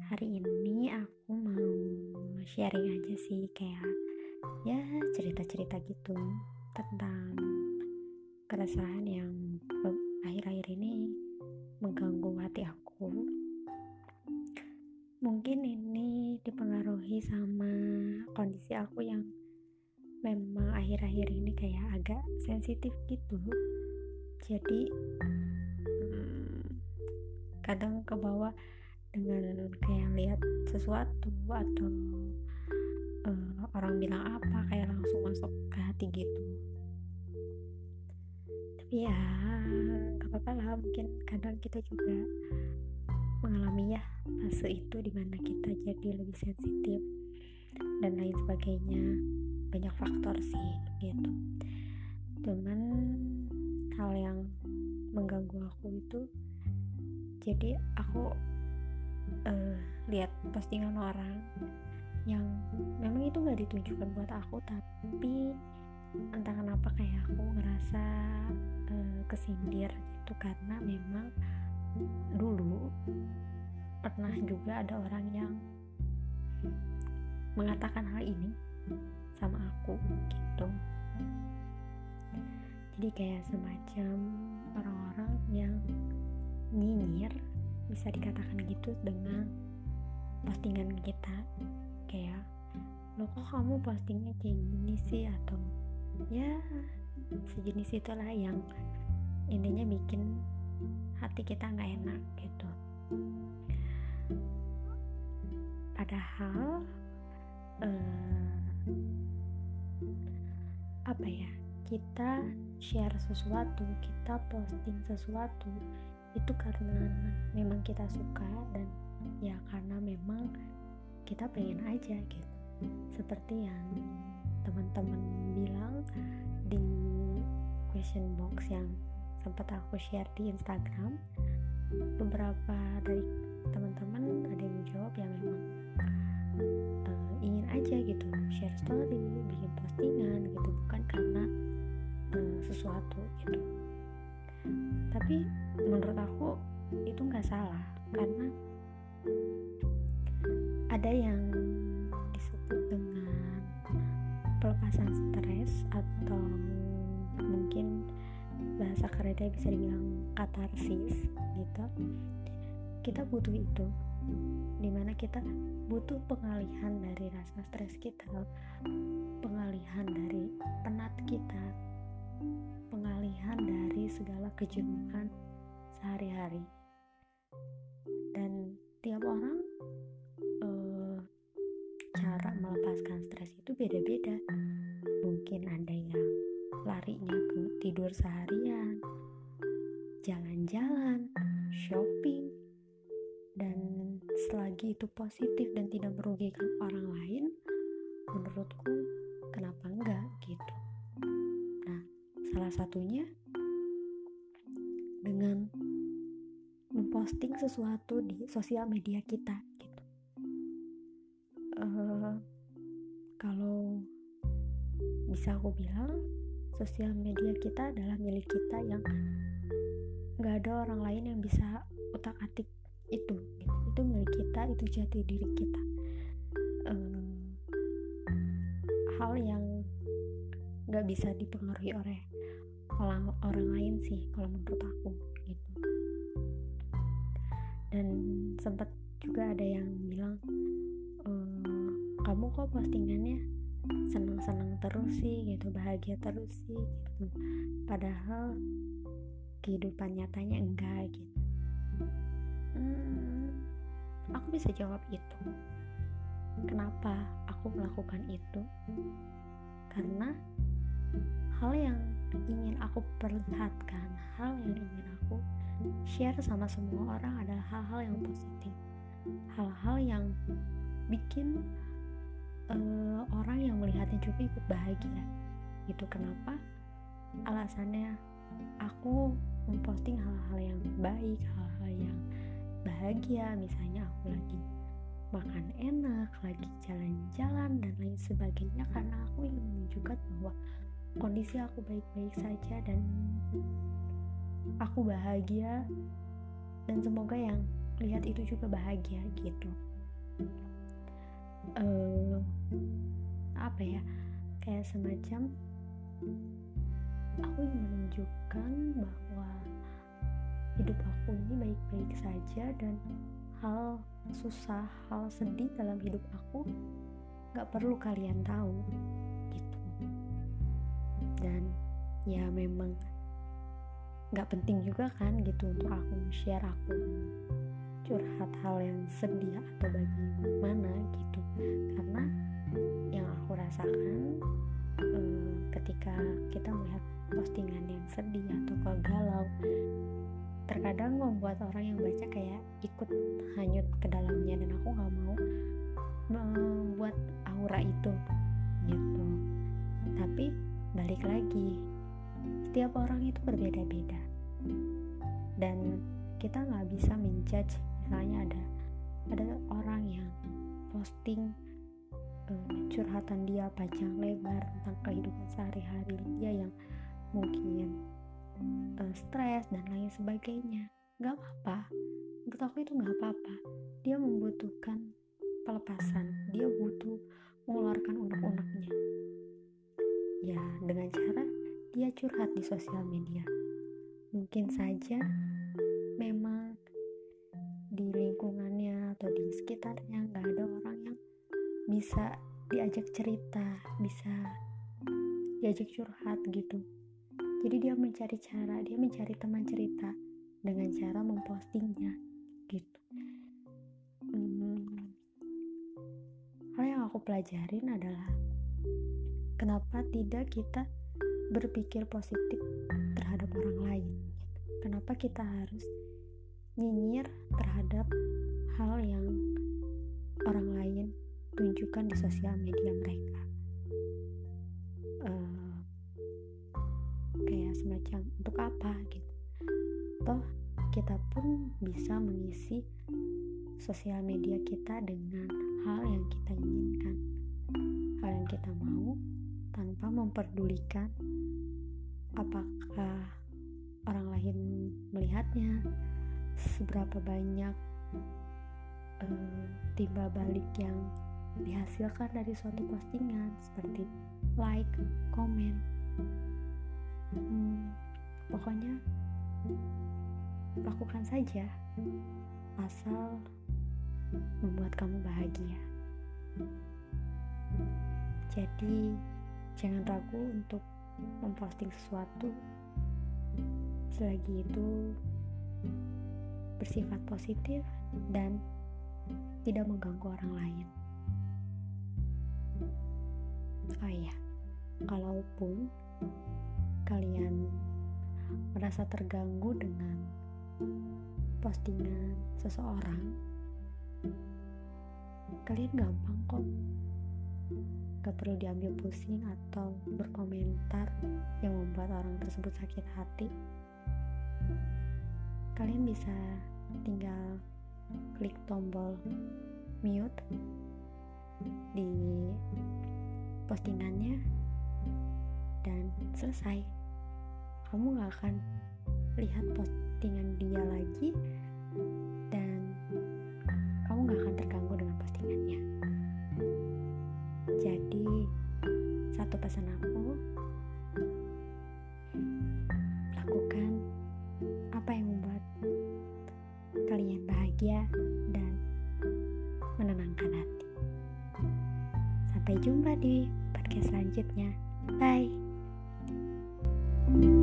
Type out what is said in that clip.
Hari ini aku mau sharing aja sih, kayak ya cerita-cerita gitu tentang keresahan yang akhir-akhir ini mengganggu hati aku. Mungkin ini dipengaruhi sama kondisi aku yang memang akhir-akhir ini kayak agak sensitif gitu. Jadi kadang ke bawah dengan kayak lihat sesuatu atau orang bilang apa kayak langsung masuk ke hati gitu. Tapi ya gak apa-apa lah, mungkin kadang kita juga mengalami ya fase itu dimana kita jadi lebih sensitif dan lain sebagainya. Banyak faktor sih gitu. Cuman hal yang mengganggu aku itu, jadi aku lihat postingan orang yang memang itu gak ditujukan buat aku, tapi entah kenapa kayak aku ngerasa kesindir gitu, karena memang dulu pernah juga ada orang yang mengatakan hal ini sama aku gitu. Jadi kayak semacam orang-orang yang nyinyir, bisa dikatakan gitu, dengan postingan kita. Kayak, lo kok kamu postingnya kayak gini sih, atau ya sejenis itulah yang intinya bikin hati kita gak enak gitu. Padahal kita share sesuatu, kita posting sesuatu itu karena memang kita suka, dan ya karena memang kita pengen aja gitu. Seperti yang teman-teman bilang di question box yang sempat aku share di Instagram, beberapa dari teman-teman ada yang jawab yang memang ingin aja gitu share story, bikin postingan gitu, bukan karena sesuatu gitu. Tapi menurut aku itu nggak salah, karena ada yang disebut dengan pelepasan stres, atau mungkin bahasa kerennya bisa dibilang katarsis gitu. Kita butuh itu, dimana kita butuh pengalihan dari rasa stres kita, pengalihan dari penat kita, pengalihan dari segala kejenuhan sehari-hari. Dan tiap orang cara melepaskan stres itu beda-beda. Mungkin ada yang larinya ke tidur seharian, jalan-jalan, shopping, dan selagi itu positif dan tidak merugikan orang lain, menurutku kenapa enggak gitu. Nah, salah satunya dengan memposting sesuatu di sosial media kita gitu. Kalau bisa aku bilang, sosial media kita adalah milik kita, yang gak ada orang lain yang bisa utak-atik itu gitu. Itu milik kita, itu jati diri kita. Hal yang gak bisa dipengaruhi oleh orang lain sih kalau menurut aku gitu. Dan sempat juga ada yang bilang, kamu kok postingannya senang-senang terus sih gitu, bahagia terus sih gitu, padahal kehidupan nyatanya enggak gitu. Aku bisa jawab itu. Kenapa aku melakukan itu? Karena hal yang ingin aku perlihatkan, hal yang ingin aku share sama semua orang adalah hal-hal yang positif, hal-hal yang bikin orang yang melihatnya juga ikut bahagia gitu. Kenapa? Alasannya aku memposting hal-hal yang baik, hal-hal yang bahagia. Misalnya aku lagi makan enak, lagi jalan-jalan dan lain sebagainya, karena aku ingin menunjukkan bahwa kondisi aku baik-baik saja dan aku bahagia, dan semoga yang lihat itu juga bahagia gitu. Apa ya, kayak semacam aku ingin menunjukkan bahwa hidup aku ini baik-baik saja, dan hal susah, hal sedih dalam hidup aku gak perlu kalian tahu gitu. Dan ya memang gak penting juga kan gitu untuk aku share, aku curhat hal yang sedih atau bagaimana gitu, karena yang aku rasakan ketika kita melihat postingan yang sedih atau galau, terkadang membuat orang yang baca kayak ikut hanyut ke dalamnya, dan aku gak mau membuat aura itu gitu. Tapi balik lagi, setiap orang itu berbeda-beda, dan kita gak bisa menjudge. Misalnya ada orang yang posting curhatan dia panjang lebar tentang kehidupan sehari-hari dia yang mungkin stres dan lain sebagainya. Gak apa-apa, menurut aku itu gak apa-apa. Dia membutuhkan pelepasan, dia butuh mengeluarkan unek-uneknya ya dengan cara dia curhat di sosial media. Mungkin saja memang di lingkungannya atau di sekitarnya gak ada orang yang bisa diajak cerita, bisa diajak curhat gitu. Jadi dia mencari cara, dia mencari teman cerita dengan cara mempostingnya gitu. Hal yang aku pelajarin adalah kenapa tidak kita berpikir positif terhadap orang lain gitu. Kenapa kita harus nyinyir terhadap hal yang orang lain tunjukkan di sosial media mereka. Kayak semacam untuk apa gitu. Toh kita pun bisa mengisi sosial media kita dengan hal yang kita inginkan, hal yang kita mau, tanpa memperdulikan apakah orang lain melihatnya, seberapa banyak timbal balik yang dihasilkan dari suatu postingan seperti like, komen. Pokoknya lakukan saja asal membuat kamu bahagia. Jadi jangan ragu untuk memposting sesuatu selagi itu bersifat positif dan tidak mengganggu orang lain. Oh iya, kalaupun kalian merasa terganggu dengan postingan seseorang, kalian gampang kok, gak perlu diambil pusing atau berkomentar yang membuat orang tersebut sakit hati. Kalian bisa tinggal klik tombol mute di postingannya dan selesai. Kamu gak akan lihat postingan dia lagi, dan kamu gak akan terganggu dengan postingannya. Jadi satu pesan aku, lakukan apa yang membuat kalian bahagia dan menenangkan hati. Sampai jumpa di podcast selanjutnya. Bye.